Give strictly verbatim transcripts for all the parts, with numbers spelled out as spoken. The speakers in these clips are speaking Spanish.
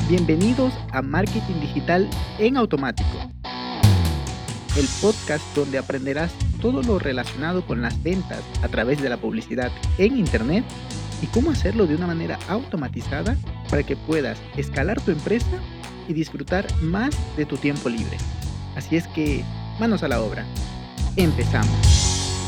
Bienvenidos a Marketing Digital en Automático, el podcast donde aprenderás todo lo relacionado con las ventas a través de la publicidad en Internet y cómo hacerlo de una manera automatizada para que puedas escalar tu empresa y disfrutar más de tu tiempo libre. Así es que, manos a la obra. Empezamos.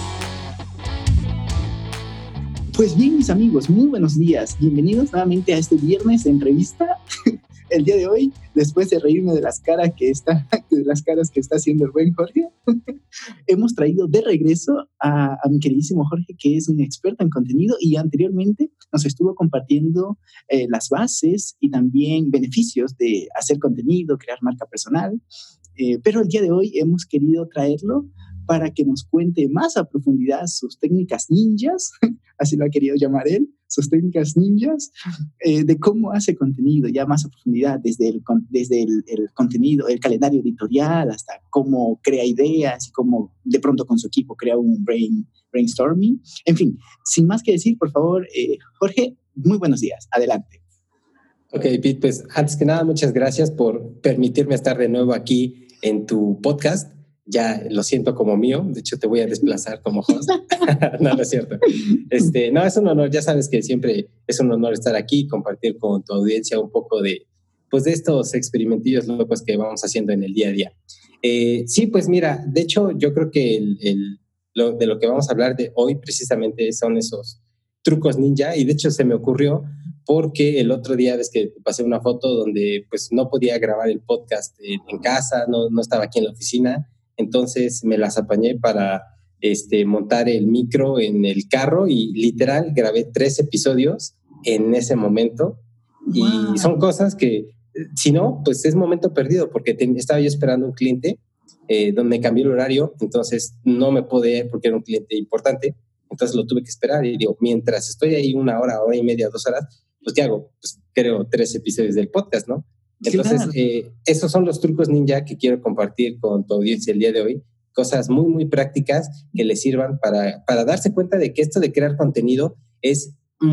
Pues bien, mis amigos, muy buenos días. Bienvenidos nuevamente a este viernes de entrevista. El día de hoy, después de reírme de las caras que está, de las caras que está haciendo el buen Jorge, hemos traído de regreso a, a mi queridísimo Jorge, que es un experto en contenido y anteriormente nos estuvo compartiendo eh, las bases y también beneficios de hacer contenido, crear marca personal. Eh, pero el día de hoy hemos querido traerlo para que nos cuente más a profundidad sus técnicas ninjas, así lo ha querido llamar él, sus técnicas ninjas, eh, de cómo hace contenido ya más a profundidad, desde el, desde el, el contenido, el calendario editorial, hasta cómo crea ideas y cómo de pronto con su equipo crea un brain, brainstorming. En fin, sin más que decir, por favor, eh, Jorge, muy buenos días, adelante. Ok, Pete, pues antes que nada, muchas gracias por permitirme estar de nuevo aquí en tu podcast. Ya lo siento como mío, de hecho te voy a desplazar como host. no, no es cierto. Este, no, es un honor, ya sabes que siempre es un honor estar aquí, compartir con tu audiencia un poco de, pues de estos experimentillos locos que vamos haciendo en el día a día. Eh, sí, pues mira, de hecho yo creo que el, el, lo, de lo que vamos a hablar de hoy precisamente son esos trucos ninja, y de hecho se me ocurrió porque el otro día ves que pasé una foto donde pues no podía grabar el podcast en, en casa, no, no estaba aquí en la oficina. Entonces me las apañé para este, montar el micro en el carro y literal grabé tres episodios en ese momento. Wow. Y son cosas que, si no, pues es momento perdido, porque te, estaba yo esperando un cliente eh, donde me cambió el horario, entonces no me pude ir porque era un cliente importante, entonces lo tuve que esperar y digo, mientras estoy ahí una hora, hora y media, dos horas, pues ¿qué hago? Pues creo tres episodios del podcast, ¿no? Entonces, claro. eh, esos son los trucos ninja que quiero compartir con tu audiencia el día de hoy. Cosas muy, muy prácticas que les sirvan para, para darse cuenta de que esto de crear contenido es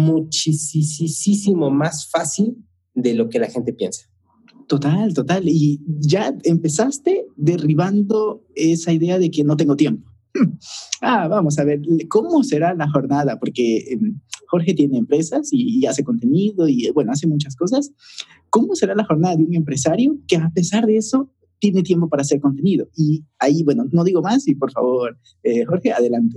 muchísimo más fácil de lo que la gente piensa. Total, total. Y ya empezaste derribando esa idea de que no tengo tiempo. Ah, vamos a ver, ¿cómo será la jornada? Porque eh, Jorge tiene empresas y, y hace contenido y, bueno, hace muchas cosas. ¿Cómo será la jornada de un empresario que a pesar de eso tiene tiempo para hacer contenido? Y ahí, bueno, no digo más y por favor, eh, Jorge, adelante.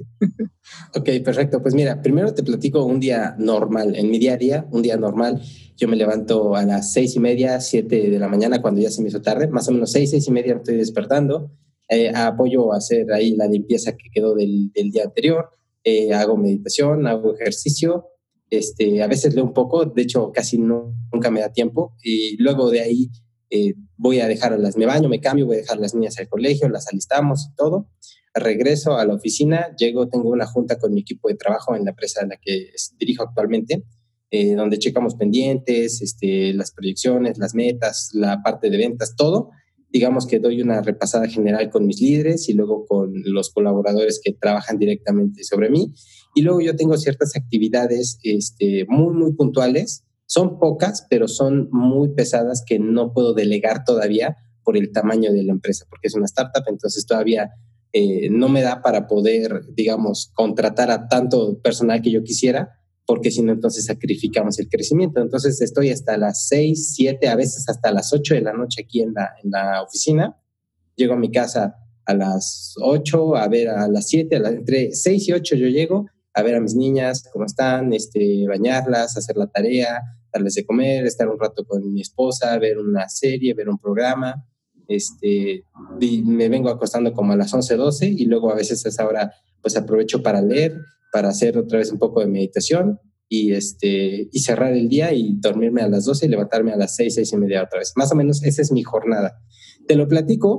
Ok, perfecto. Pues mira, primero te platico un día normal. En mi día a día, un día normal, yo me levanto a las seis y media, siete de la mañana cuando ya se me hizo tarde, más o menos seis, seis y media me estoy despertando. Eh, apoyo a hacer ahí la limpieza que quedó del, del día anterior, eh, hago meditación, hago ejercicio, este, a veces leo un poco, de hecho casi no, nunca me da tiempo, y luego de ahí eh, voy a dejar las, me baño, me cambio, voy a dejar las niñas al colegio, las alistamos y todo, regreso a la oficina, llego, tengo una junta con mi equipo de trabajo en la empresa en la que dirijo actualmente, eh, donde checamos pendientes, este, las proyecciones, las metas, la parte de ventas, todo. Digamos que doy una repasada general con mis líderes y luego con los colaboradores que trabajan directamente sobre mí. Y luego yo tengo ciertas actividades este, muy, muy puntuales. Son pocas, pero son muy pesadas que no puedo delegar todavía por el tamaño de la empresa, porque es una startup, entonces todavía eh, no me da para poder, digamos, contratar a tanto personal que yo quisiera, porque si no, entonces sacrificamos el crecimiento. Entonces estoy hasta las seis, siete, a veces hasta las ocho de la noche aquí en la, en la oficina. Llego a mi casa a las ocho, a ver a las siete, a la, entre seis y ocho yo llego a ver a mis niñas, cómo están, este, bañarlas, hacer la tarea, darles de comer, estar un rato con mi esposa, ver una serie, ver un programa. Este, y me vengo acostando como a las once, doce y luego a veces a esa hora pues aprovecho para leer, para hacer otra vez un poco de meditación y, este, y cerrar el día y dormirme a las doce y levantarme a las seis, seis y media otra vez. Más o menos esa es mi jornada. Te lo platico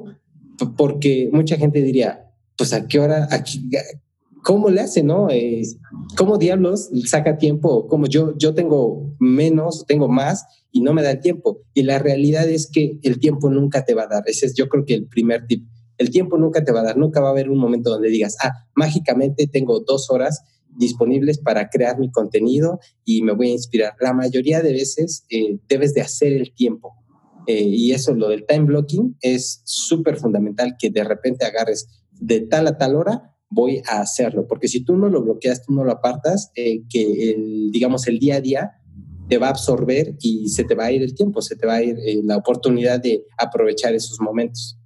porque mucha gente diría, pues a qué hora, aquí, ¿cómo le hace, no? Eh, ¿Cómo diablos saca tiempo? Como yo, yo tengo menos, tengo más y no me da el tiempo. Y la realidad es que el tiempo nunca te va a dar. Ese es yo creo que el primer tip. El tiempo nunca te va a dar, nunca va a haber un momento donde digas, ah, mágicamente tengo dos horas disponibles para crear mi contenido y me voy a inspirar. La mayoría de veces eh, debes de hacer el tiempo. Eh, y eso, lo del time blocking, es súper fundamental que de repente agarres de tal a tal hora, voy a hacerlo. Porque si tú no lo bloqueas, tú no lo apartas, eh, que el, digamos, el día a día te va a absorber y se te va a ir el tiempo, se te va a ir eh, la oportunidad de aprovechar esos momentos.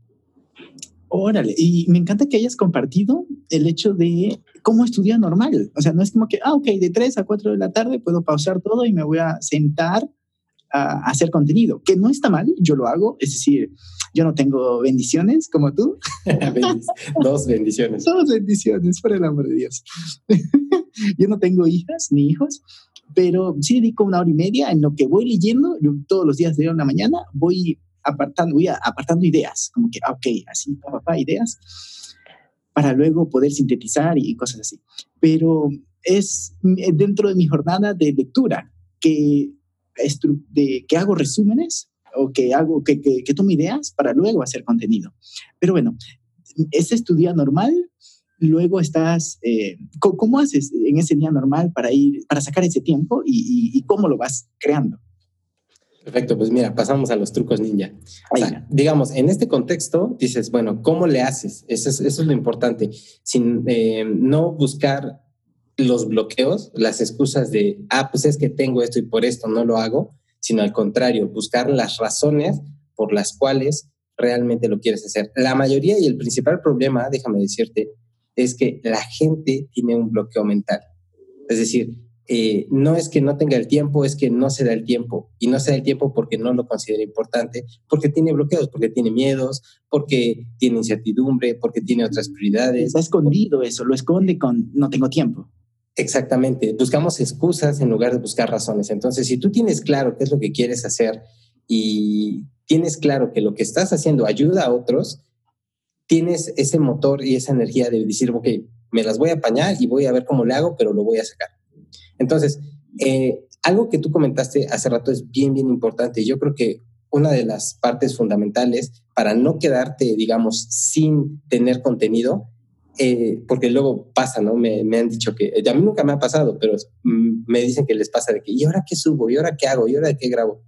Órale, y me encanta que hayas compartido el hecho de cómo estudiar normal. O sea, no es como que, ah, ok, de tres a cuatro de la tarde puedo pausar todo y me voy a sentar a hacer contenido, que no está mal, yo lo hago, es decir, yo no tengo bendiciones como tú. Dos bendiciones. Dos bendiciones, por el amor de Dios. Yo no tengo hijas ni hijos, pero sí dedico una hora y media en lo que voy leyendo. Yo todos los días de la mañana voy apartando, voy apartando ideas, como que, ok, así, papá, ideas, para luego poder sintetizar y cosas así. Pero es dentro de mi jornada de lectura que de que hago resúmenes o que hago que, que, que tomo ideas para luego hacer contenido. Pero bueno, ese es tu día normal. Luego estás, eh, ¿cómo, ¿cómo haces en ese día normal para ir, para sacar ese tiempo y, y, y cómo lo vas creando? Perfecto, pues mira, pasamos a los trucos ninja. O sea, digamos, en este contexto dices, bueno, ¿cómo le haces? Eso es, eso es lo importante. Sin eh, no buscar los bloqueos, las excusas de, ah, pues es que tengo esto y por esto no lo hago, sino al contrario, buscar las razones por las cuales realmente lo quieres hacer. La mayoría y el principal problema, déjame decirte, es que la gente tiene un bloqueo mental. Es decir, eh, no es que no tenga el tiempo, es que no se da el tiempo. Y no se da el tiempo porque no lo considera importante, porque tiene bloqueos, porque tiene miedos, porque tiene incertidumbre, porque tiene otras prioridades. Está escondido eso, lo esconde con no tengo tiempo. Exactamente, buscamos excusas en lugar de buscar razones. Entonces, si tú tienes claro qué es lo que quieres hacer y tienes claro que lo que estás haciendo ayuda a otros, tienes ese motor y esa energía de decir, ok, me las voy a apañar y voy a ver cómo le hago, pero lo voy a sacar. Entonces, eh, algo que tú comentaste hace rato es bien, bien importante. Yo creo que una de las partes fundamentales para no quedarte, digamos, sin tener contenido, eh, porque luego pasa, ¿no? Me, me han dicho que, a mí nunca me ha pasado, pero mm, me dicen que les pasa de que, ¿y ahora qué subo? ¿Y ahora qué hago? ¿Y ahora qué grabo?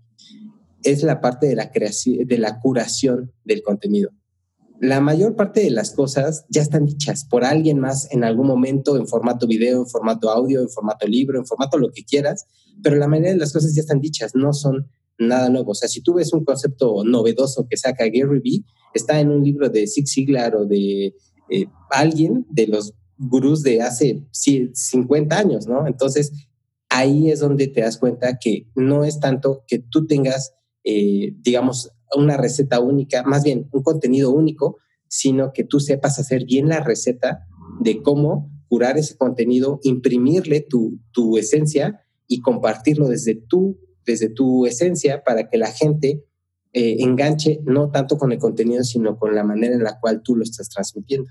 Es la parte de la creación, de la curación del contenido. La mayor parte de las cosas ya están dichas por alguien más en algún momento, en formato video, en formato audio, en formato libro, en formato lo que quieras, pero la mayoría de las cosas ya están dichas, no son nada nuevo. O sea, si tú ves un concepto novedoso que saca Gary Vee, está en un libro de Zig Ziglar o de eh, alguien de los gurús de hace cincuenta años, ¿no? Entonces, ahí es donde te das cuenta que no es tanto que tú tengas, eh, digamos, una receta única, más bien un contenido único, sino que tú sepas hacer bien la receta de cómo curar ese contenido, imprimirle tu, tu esencia y compartirlo desde tu, desde tu esencia para que la gente eh, enganche no tanto con el contenido, sino con la manera en la cual tú lo estás transmitiendo.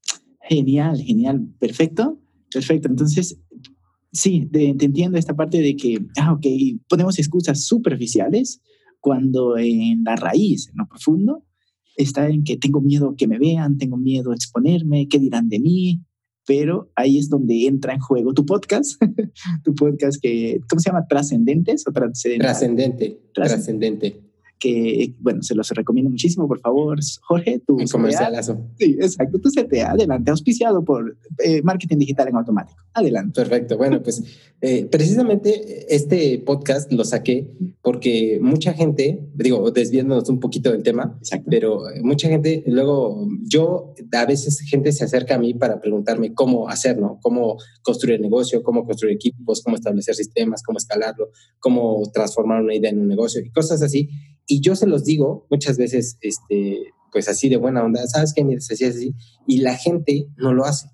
Genial, genial, perfecto, perfecto. Entonces, sí, te, te entiendo esta parte de que, ah, ok, ponemos excusas superficiales, cuando en la raíz, en lo profundo, está en que tengo miedo que me vean, tengo miedo a exponerme, qué dirán de mí, pero ahí es donde entra en juego tu podcast, tu podcast que, ¿cómo se llama? ¿Trascendentes o trascendental? Trascendente, trascendente. Que, bueno, se los recomiendo muchísimo, por favor, Jorge, tu un comercialazo. Sí, exacto, tu C T A, adelante, auspiciado por eh, Marketing Digital en Automático. Adelante. Perfecto, bueno, pues eh, precisamente este podcast lo saqué porque mucha gente, digo, desviándonos un poquito del tema, exacto, pero mucha gente, luego yo, a veces gente se acerca a mí para preguntarme cómo hacer, ¿no? Cómo construir el negocio, cómo construir equipos, cómo establecer sistemas, cómo escalarlo, cómo transformar una idea en un negocio y cosas así. Y yo se los digo muchas veces, este, pues así de buena onda, ¿sabes qué? Mira, así, así, y la gente no lo hace.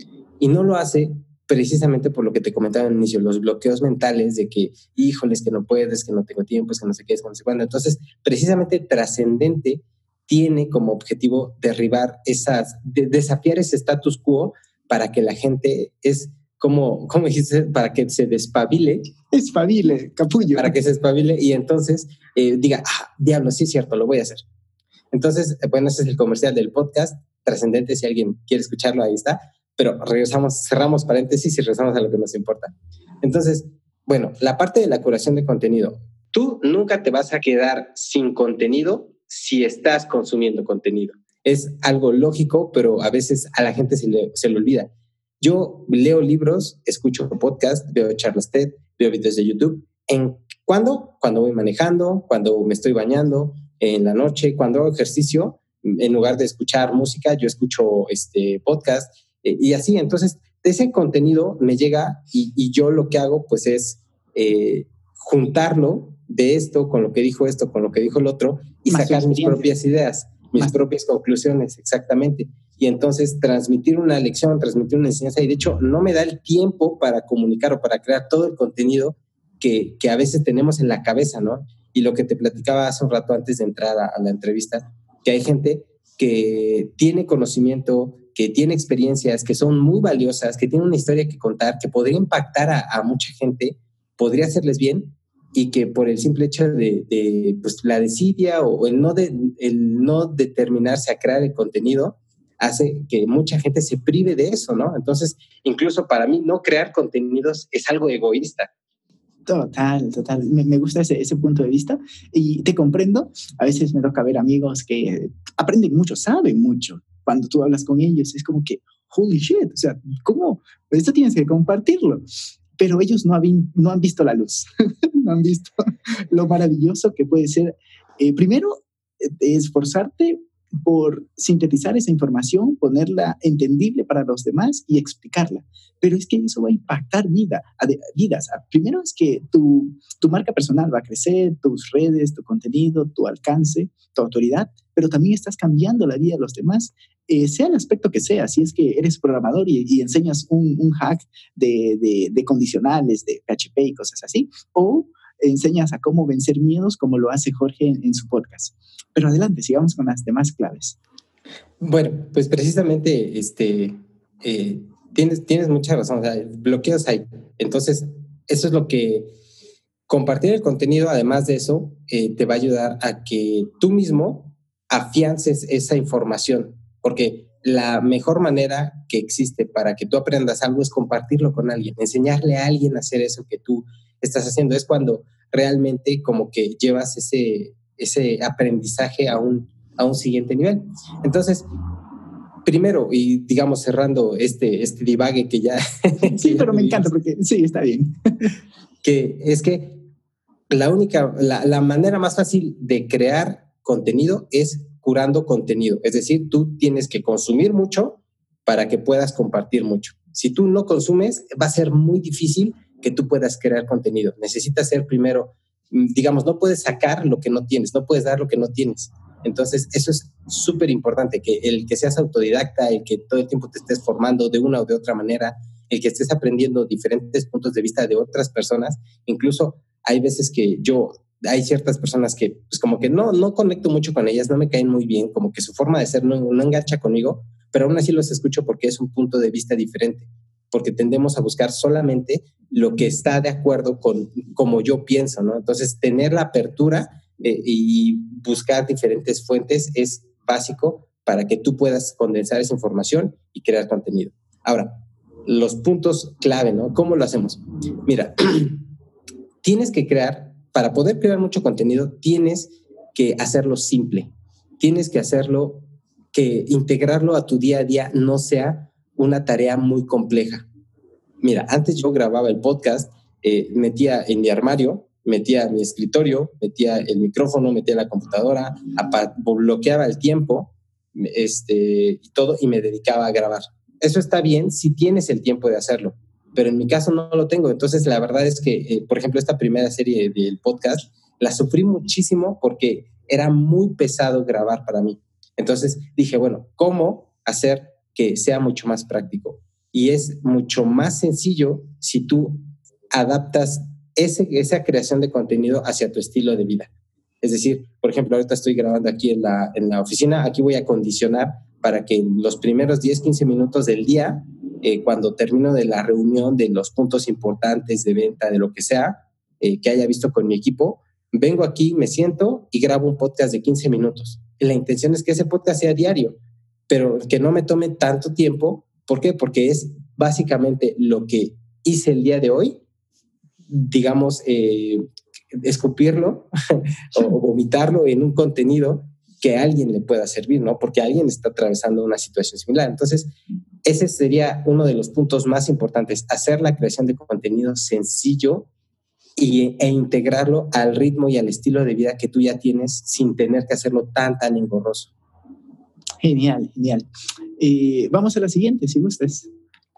Y no lo hace precisamente por lo que te comentaba al inicio, los bloqueos mentales de que, híjoles, que no puedes, que no tengo tiempo, es que no sé qué, es que no sé cuándo. Entonces, precisamente Trascendente tiene como objetivo derribar esas, de, desafiar ese status quo para que la gente es como, ¿cómo dijiste? Para que se despabile. Espabile, capullo. Para que se espabile y entonces eh, diga, ah, diablo, sí es cierto, lo voy a hacer. Entonces, bueno, ese es el comercial del podcast Trascendente, si alguien quiere escucharlo, ahí está. Pero regresamos, cerramos paréntesis y regresamos a lo que nos importa. Entonces, bueno, la parte de la curación de contenido. tú nunca te vas a quedar sin contenido si estás consumiendo contenido. Es algo lógico, pero a veces a la gente se le, se le olvida. Yo leo libros, escucho podcasts, veo charlas TED, veo videos de YouTube. ¿En cuándo? Cuando voy manejando, cuando me estoy bañando, en la noche, cuando hago ejercicio. En lugar de escuchar música, yo escucho este podcast eh, y así. Entonces, ese contenido me llega y, y yo lo que hago pues es eh, juntarlo de esto con lo que dijo esto, con lo que dijo el otro y Más sacar mis propias ideas, mis Más. propias conclusiones, exactamente. Y entonces transmitir una lección, transmitir una enseñanza. Y de hecho, no me da el tiempo para comunicar o para crear todo el contenido que, que a veces tenemos en la cabeza, ¿no? Y lo que te platicaba hace un rato antes de entrar a, a la entrevista, que hay gente que tiene conocimiento, que tiene experiencias, que son muy valiosas, que tiene una historia que contar, que podría impactar a, a mucha gente, podría hacerles bien, y que por el simple hecho de, de pues, la desidia o el no, de, el no determinarse a crear el contenido hace que mucha gente se prive de eso, ¿no? Entonces, incluso para mí, no crear contenidos es algo egoísta. Total, total. Me, me gusta ese, ese punto de vista y te comprendo. A veces me toca ver amigos que aprenden mucho, saben mucho. Cuando tú hablas con ellos es como que, holy shit, o sea, ¿cómo? Esto tienes que compartirlo. Pero ellos no, han, no han visto la luz, no han visto lo maravilloso que puede ser. Eh, primero, eh, esforzarte por sintetizar esa información, ponerla entendible para los demás y explicarla. Pero es que eso va a impactar vida, a de, vidas. Primero es que tu, tu marca personal va a crecer, tus redes, tu contenido, tu alcance, tu autoridad, pero también estás cambiando la vida de los demás, eh, sea el aspecto que sea. Si es que eres programador y, y enseñas un, un hack de, de, de condicionales, de P H P y cosas así, o enseñas a cómo vencer miedos como lo hace Jorge en, en su podcast. Pero adelante, sigamos con las demás claves. Bueno, pues precisamente este, eh, tienes, tienes mucha razón, o sea, bloqueos hay. Entonces, eso es lo que compartir el contenido, además de eso, eh, te va a ayudar a que tú mismo afiances esa información, porque la mejor manera que existe para que tú aprendas algo es compartirlo con alguien, enseñarle a alguien a hacer eso que tú estás haciendo. Es cuando realmente como que llevas ese, ese aprendizaje a un, a un siguiente nivel. Entonces, primero, y digamos cerrando este, este divague que ya... Sí, que pero ya me encanta porque sí, está bien. Que es que la única, la, la manera más fácil de crear contenido es curando contenido. Es decir, tú tienes que consumir mucho para que puedas compartir mucho. Si tú no consumes, va a ser muy difícil que tú puedas crear contenido. Necesitas ser primero, digamos, no puedes sacar lo que no tienes, no puedes dar lo que no tienes. Entonces, eso es súper importante, que el que seas autodidacta, el que todo el tiempo te estés formando de una o de otra manera, el que estés aprendiendo diferentes puntos de vista de otras personas. Incluso hay veces que yo, hay ciertas personas que pues como que no, no conecto mucho con ellas, no me caen muy bien, como que su forma de ser no, no engancha conmigo, pero aún así los escucho porque es un punto de vista diferente, porque tendemos a buscar solamente lo que está de acuerdo con como yo pienso, ¿no? Entonces, tener la apertura eh, y buscar diferentes fuentes es básico para que tú puedas condensar esa información y crear contenido. Ahora, los puntos clave, ¿no? ¿Cómo lo hacemos? Mira, tienes que crear, para poder crear mucho contenido, tienes que hacerlo simple. Tienes que hacerlo, que integrarlo a tu día a día no sea una tarea muy compleja. Mira, antes yo grababa el podcast, eh, metía en mi armario, metía mi escritorio, metía el micrófono, metía la computadora, apa- bloqueaba el tiempo este, y todo y me dedicaba a grabar. Eso está bien si tienes el tiempo de hacerlo, pero en mi caso no lo tengo. Entonces, la verdad es que, eh, por ejemplo, esta primera serie del podcast la sufrí muchísimo porque era muy pesado grabar para mí. Entonces dije, bueno, ¿cómo hacer que sea mucho más práctico? Y es mucho más sencillo si tú adaptas ese, esa creación de contenido hacia tu estilo de vida. Es decir, por ejemplo, ahorita estoy grabando aquí en la, en la oficina, aquí voy a condicionar para que en los primeros diez, quince minutos del día, eh, cuando termino de la reunión de los puntos importantes de venta, de lo que sea, eh, que haya visto con mi equipo, vengo aquí, me siento y grabo un podcast de quince minutos. La intención es que ese podcast sea diario, pero que no me tome tanto tiempo. ¿Por qué? Porque es básicamente lo que hice el día de hoy, digamos, eh, escupirlo o vomitarlo en un contenido que a alguien le pueda servir, ¿no? Porque alguien está atravesando una situación similar. Entonces, ese sería uno de los puntos más importantes, hacer la creación de contenido sencillo y, e integrarlo al ritmo y al estilo de vida que tú ya tienes sin tener que hacerlo tan, tan engorroso. Genial, genial. Eh, vamos a la siguiente, si gustas.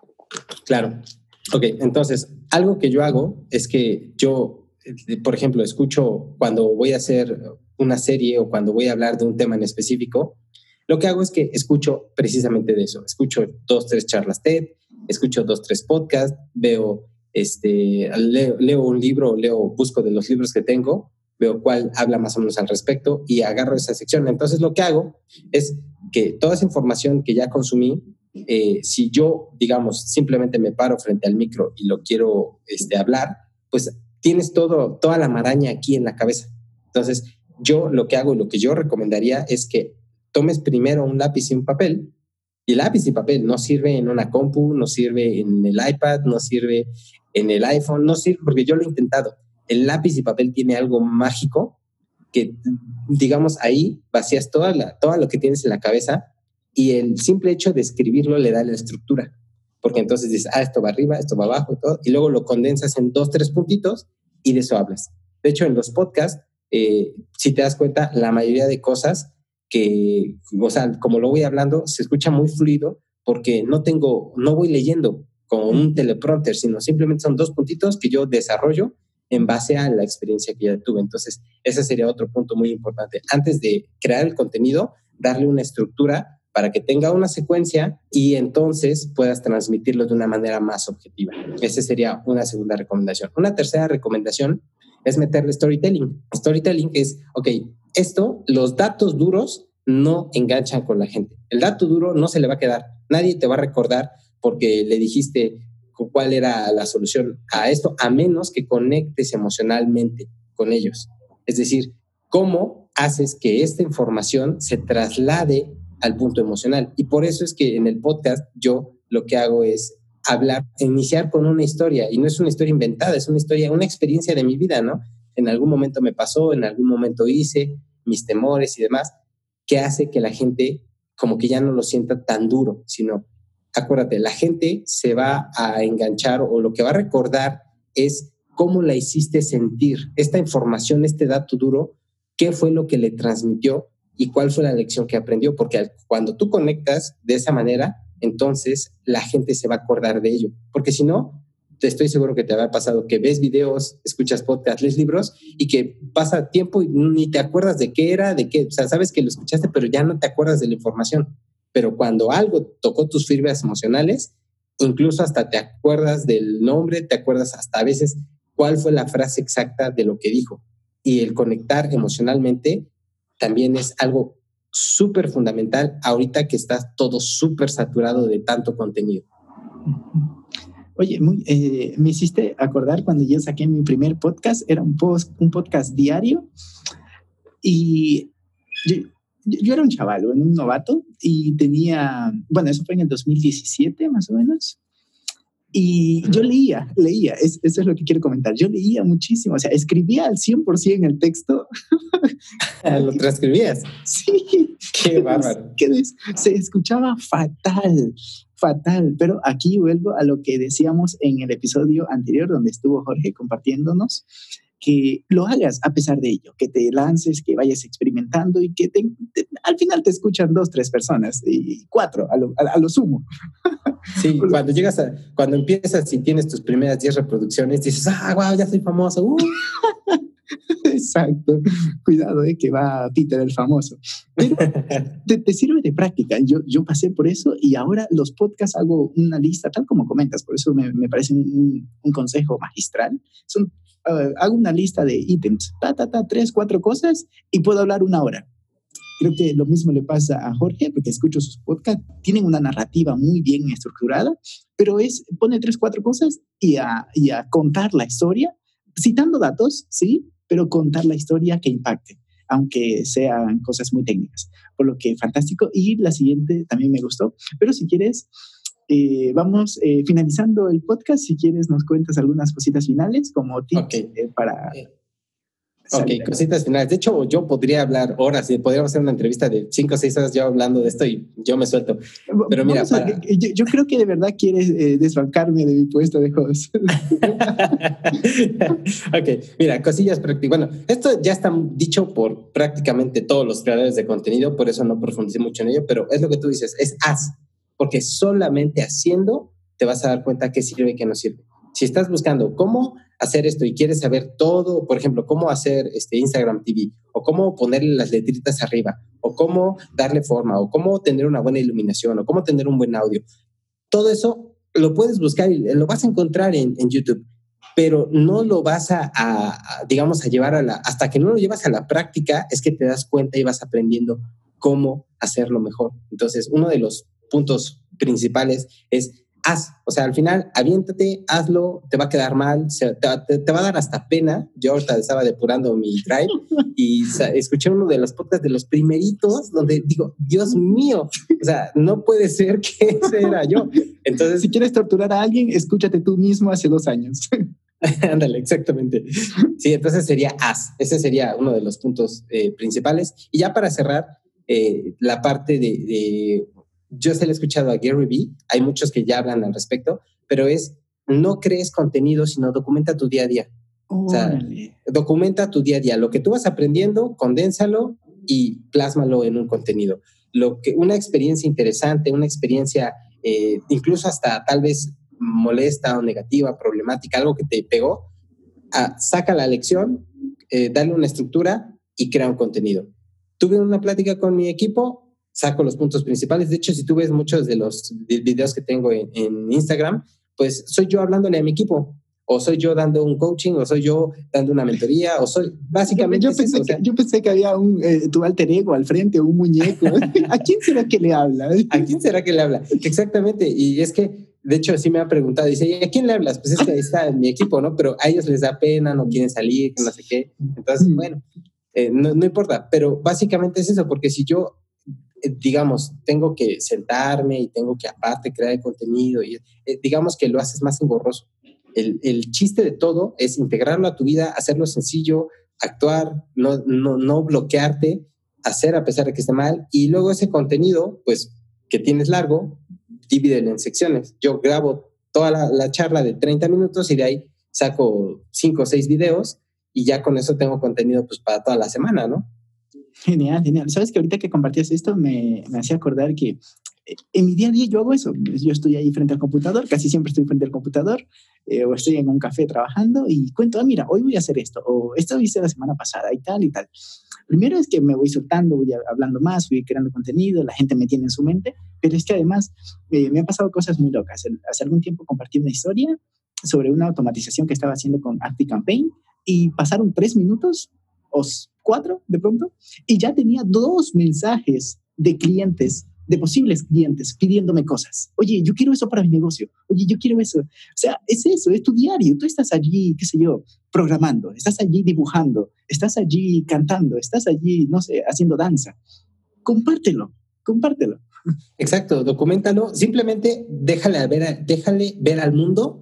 Claro. Ok, entonces, algo que yo hago es que yo, por ejemplo, escucho cuando voy a hacer una serie o cuando voy a hablar de un tema en específico, lo que hago es que escucho precisamente de eso. Escucho dos, tres charlas TED, escucho dos, tres podcasts, veo, este, leo, leo un libro, leo, busco de los libros que tengo, veo cuál habla más o menos al respecto y agarro esa sección. Entonces, lo que hago es que toda esa información que ya consumí, eh, si yo, digamos, simplemente me paro frente al micro y lo quiero este, hablar, pues tienes todo, toda la maraña aquí en la cabeza. Entonces, yo lo que hago y lo que yo recomendaría es que tomes primero un lápiz y un papel. Y lápiz y papel no sirve en una compu, no sirve en el iPad, no sirve en el iPhone, no sirve porque yo lo he intentado. El lápiz y papel tiene algo mágico que, digamos, ahí vacías toda la, todo lo que tienes en la cabeza y el simple hecho de escribirlo le da la estructura. Porque entonces dices, ah, esto va arriba, esto va abajo y todo, y luego lo condensas en dos, tres puntitos y de eso hablas. De hecho, en los podcasts, eh, si te das cuenta, la mayoría de cosas que, o sea, como lo voy hablando, se escucha muy fluido porque no tengo, no voy leyendo como un teleprompter, sino simplemente son dos puntitos que yo desarrollo en base a la experiencia que ya tuve. Entonces, ese sería otro punto muy importante. Antes de crear el contenido, darle una estructura para que tenga una secuencia y entonces puedas transmitirlo de una manera más objetiva. Esa sería una segunda recomendación. Una tercera recomendación es meterle storytelling. Storytelling es, ok, esto, los datos duros no enganchan con la gente. El dato duro no se le va a quedar. Nadie te va a recordar porque le dijiste cuál era la solución a esto, a menos que conectes emocionalmente con ellos. Es decir, ¿cómo haces que esta información se traslade al punto emocional? Y por eso es que en el podcast yo lo que hago es hablar, iniciar con una historia, y no es una historia inventada, es una historia, una experiencia de mi vida, ¿no? En algún momento me pasó, en algún momento hice, mis temores y demás, que hace que la gente como que ya no lo sienta tan duro, sino, acuérdate, la gente se va a enganchar o lo que va a recordar es cómo la hiciste sentir, esta información, este dato duro, qué fue lo que le transmitió y cuál fue la lección que aprendió, porque cuando tú conectas de esa manera, entonces la gente se va a acordar de ello, porque si no, te estoy seguro que te habrá pasado que ves videos, escuchas podcasts, lees libros y que pasa tiempo y ni te acuerdas de qué era, de qué, o sea, sabes que lo escuchaste, pero ya no te acuerdas de la información. Pero cuando algo tocó tus fibras emocionales, incluso hasta te acuerdas del nombre, te acuerdas hasta a veces cuál fue la frase exacta de lo que dijo. Y el conectar emocionalmente también es algo súper fundamental ahorita que está todo súper saturado de tanto contenido. Oye, muy, eh, me hiciste acordar cuando yo saqué mi primer podcast, era un, post, un podcast diario y yo, yo era un chaval, un novato y tenía, bueno, eso fue en el dos mil diecisiete más o menos. Y yo leía, leía, es, eso es lo que quiero comentar. Yo leía muchísimo, o sea, escribía al cien por ciento el texto. ¿Lo transcribías? Sí. Qué bárbaro. Que des, se escuchaba fatal, fatal. Pero aquí vuelvo a lo que decíamos en el episodio anterior, donde estuvo Jorge compartiéndonos, que lo hagas a pesar de ello, que te lances, que vayas experimentando y que te, te, al final te escuchan dos, tres personas y cuatro a lo, a, a lo sumo. Sí, cuando llegas a, cuando empiezas y tienes tus primeras diez reproducciones, dices, ah, wow, ya soy famoso. Uh. Exacto. Cuidado, eh, que va Peter el famoso. Pero te, te sirve de práctica. Yo, yo pasé por eso y ahora los podcasts hago una lista, tal como comentas, por eso me, me parece un, un consejo magistral. Son, uh, hago una lista de ítems, ta, ta, ta, tres, cuatro cosas y puedo hablar una hora. Creo que lo mismo le pasa a Jorge, porque escucho sus podcasts, tienen una narrativa muy bien estructurada, pero es, pone tres, cuatro cosas y a, y a contar la historia, citando datos, sí, pero contar la historia que impacte, aunque sean cosas muy técnicas. Por lo que fantástico. Y la siguiente también me gustó, pero si quieres, eh, vamos eh, finalizando el podcast. Si quieres, nos cuentas algunas cositas finales como tips okay. eh, para... Ok, cositas finales. De hecho, yo podría hablar horas y podríamos hacer una entrevista de cinco o seis horas yo hablando de esto y yo me suelto. Pero mira, Vamos a, para... yo, yo creo que de verdad quieres eh, desbancarme de mi puesto de host. Ok, mira, cosillas prácticas. Bueno, esto ya está dicho por prácticamente todos los creadores de contenido, por eso no profundicé mucho en ello, pero es lo que tú dices, es haz, porque solamente haciendo te vas a dar cuenta qué sirve y qué no sirve. Si estás buscando cómo hacer esto y quieres saber todo, por ejemplo, cómo hacer este Instagram T V, o cómo ponerle las letritas arriba, o cómo darle forma, o cómo tener una buena iluminación, o cómo tener un buen audio, todo eso lo puedes buscar y lo vas a encontrar en, en YouTube, pero no lo vas a, a, a, digamos, a llevar a la, hasta que no lo llevas a la práctica, es que te das cuenta y vas aprendiendo cómo hacerlo mejor. Entonces, uno de los puntos principales es haz, o sea, al final, aviéntate, hazlo, te va a quedar mal, se, te, te, te va a dar hasta pena. Yo ahorita estaba depurando mi drive y sa, escuché uno de los podcasts de los primeritos donde digo, Dios mío, o sea, no puede ser que ese era yo. Entonces, si quieres torturar a alguien, escúchate tú mismo hace dos años. Ándale, exactamente. Sí, entonces sería haz, ese sería uno de los puntos eh, principales. Y ya para cerrar, eh, la parte de... de yo se le he escuchado a Gary Vee, hay muchos que ya hablan al respecto, pero es no crees contenido, sino documenta tu día a día. Oh, o sea, dale. documenta tu día a día. Lo que tú vas aprendiendo, condénsalo y plásmalo en un contenido. Lo que, una experiencia interesante, una experiencia eh, incluso hasta tal vez molesta o negativa, problemática, algo que te pegó, ah, saca la lección, eh, dale una estructura y crea un contenido. Tuve una plática con mi equipo, saco los puntos principales. De hecho, si tú ves muchos de los videos que tengo en, en Instagram, pues soy yo hablándole a mi equipo, o soy yo dando un coaching, o soy yo dando una mentoría, o soy básicamente... Yo, yo, pensé, eso, que, o sea, yo pensé que había un, eh, tu alter ego al frente, un muñeco. ¿A quién será que le habla? ¿A quién será que le habla? Exactamente, y es que, de hecho, sí me ha preguntado, dice, ¿a quién le hablas? Pues es que ahí está mi equipo, ¿no? Pero a ellos les da pena, no quieren salir, no sé qué. Entonces, bueno, eh, no, no importa, pero básicamente es eso, porque si yo... digamos, tengo que sentarme y tengo que aparte crear el contenido y eh, digamos que lo haces más engorroso. El, el chiste de todo es integrarlo a tu vida, hacerlo sencillo, actuar, no, no, no bloquearte, hacer a pesar de que esté mal, y luego ese contenido, pues, que tienes largo, divídelo en secciones. Yo grabo toda la, la charla de treinta minutos y de ahí saco cinco o seis videos y ya con eso tengo contenido pues para toda la semana, ¿no? Genial, genial. Sabes que ahorita que compartías esto me, me hacía acordar que en mi día a día yo hago eso. Yo estoy ahí frente al computador, casi siempre estoy frente al computador, eh, o estoy en un café trabajando y cuento, ah, mira, hoy voy a hacer esto, o esto lo hice la semana pasada y tal y tal. Primero es que me voy soltando, voy hablando más, voy creando contenido, la gente me tiene en su mente, pero es que además eh, me han pasado cosas muy locas. Hace algún tiempo compartí una historia sobre una automatización que estaba haciendo con ActiveCampaign y pasaron tres minutos o cuatro de pronto, y ya tenía dos mensajes de clientes, de posibles clientes, pidiéndome cosas. Oye, yo quiero eso para mi negocio. Oye, yo quiero eso. O sea, es eso, es tu diario. Tú estás allí, qué sé yo, programando, estás allí dibujando, estás allí cantando, estás allí, no sé, haciendo danza. Compártelo, compártelo. Exacto, documentalo. Simplemente déjale ver, déjale ver al mundo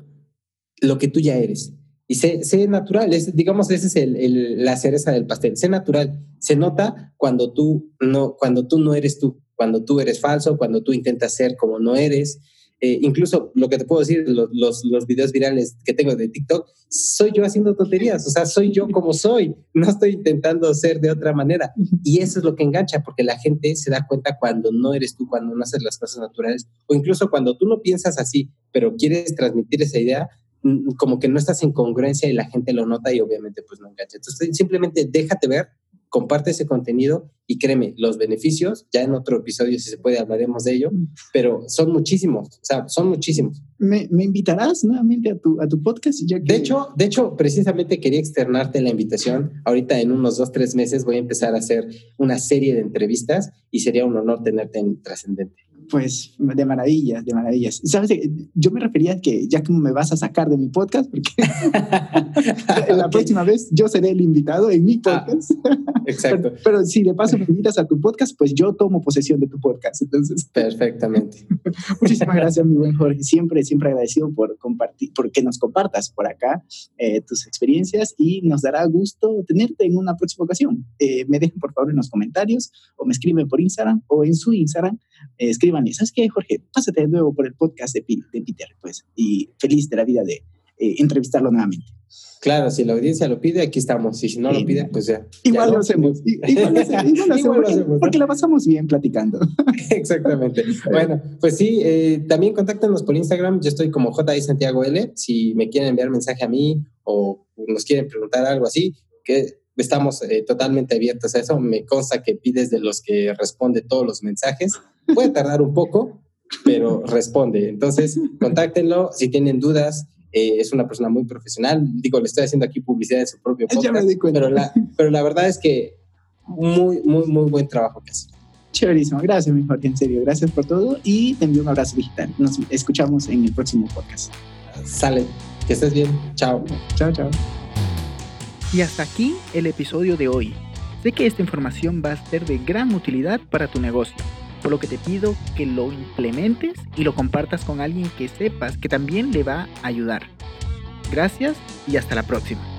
lo que tú ya eres. Y sé, sé natural, es, digamos, esa es el, el, la cereza del pastel. Sé natural, se nota cuando tú, no, cuando tú no eres tú, cuando tú eres falso, cuando tú intentas ser como no eres. Eh, incluso lo que te puedo decir, los, los, los videos virales que tengo de TikTok, soy yo haciendo tonterías, o sea, soy yo como soy, no estoy intentando ser de otra manera. Y eso es lo que engancha, porque la gente se da cuenta cuando no eres tú, cuando no haces las cosas naturales, o incluso cuando tú no piensas así, pero quieres transmitir esa idea, como que no estás en congruencia y la gente lo nota y obviamente pues no engancha. Entonces simplemente déjate ver, comparte ese contenido y créeme, los beneficios, ya en otro episodio si se puede hablaremos de ello, pero son muchísimos, o sea, son muchísimos. ¿Me, me invitarás nuevamente a tu, a tu podcast? Ya que... de, hecho, de hecho, precisamente quería externarte la invitación. Ahorita en unos dos, tres meses voy a empezar a hacer una serie de entrevistas y sería un honor tenerte en Trascendente. Pues de maravillas, de maravillas. ¿Sabes? Yo me refería a que ya que me vas a sacar de mi podcast, porque la okay. próxima vez yo seré el invitado en mi podcast. Ah, exacto. Pero, pero si de paso me invitas a tu podcast, pues yo tomo posesión de tu podcast. Entonces, perfectamente. Muchísimas gracias, mi buen Jorge. Siempre, siempre agradecido por compartir, por que nos compartas por acá eh, tus experiencias y nos dará gusto tenerte en una próxima ocasión. Eh, me dejen por favor en los comentarios o me escriben por Instagram o en su Instagram. Eh, escríbanle, ¿sabes qué, Jorge? Pásate de nuevo por el podcast de, P- de Peter, pues, y feliz de la vida de eh, entrevistarlo nuevamente. Claro, si la audiencia lo pide, aquí estamos, y si no eh, lo pide, pues ya. Igual ya lo no. hacemos, igual lo hacemos, igual lo hacemos, igual porque, lo hacemos, porque la pasamos bien platicando. Exactamente. Bueno, pues sí, eh, también contáctenos por Instagram, yo estoy como J I Santiago L, si me quieren enviar mensaje a mí o nos quieren preguntar algo así, que estamos eh, totalmente abiertos a eso. Me consta que pides de los que responde todos los mensajes. Puede tardar un poco, pero responde. Entonces, contáctenlo si tienen dudas. Eh, es una persona muy profesional. Digo, le estoy haciendo aquí publicidad de su propio podcast. Ya me di cuenta. Pero la, pero la verdad es que muy, muy, muy buen trajo que hace. Chéverísimo. Gracias, mi Jorge. En serio, gracias por todo y te envío un abrazo digital. Nos escuchamos en el próximo podcast. Sale. Que estés bien. Chao. Chao, chao. Y hasta aquí el episodio de hoy. Sé que esta información va a ser de gran utilidad para tu negocio, por lo que te pido que lo implementes y lo compartas con alguien que sepas que también le va a ayudar. Gracias y hasta la próxima.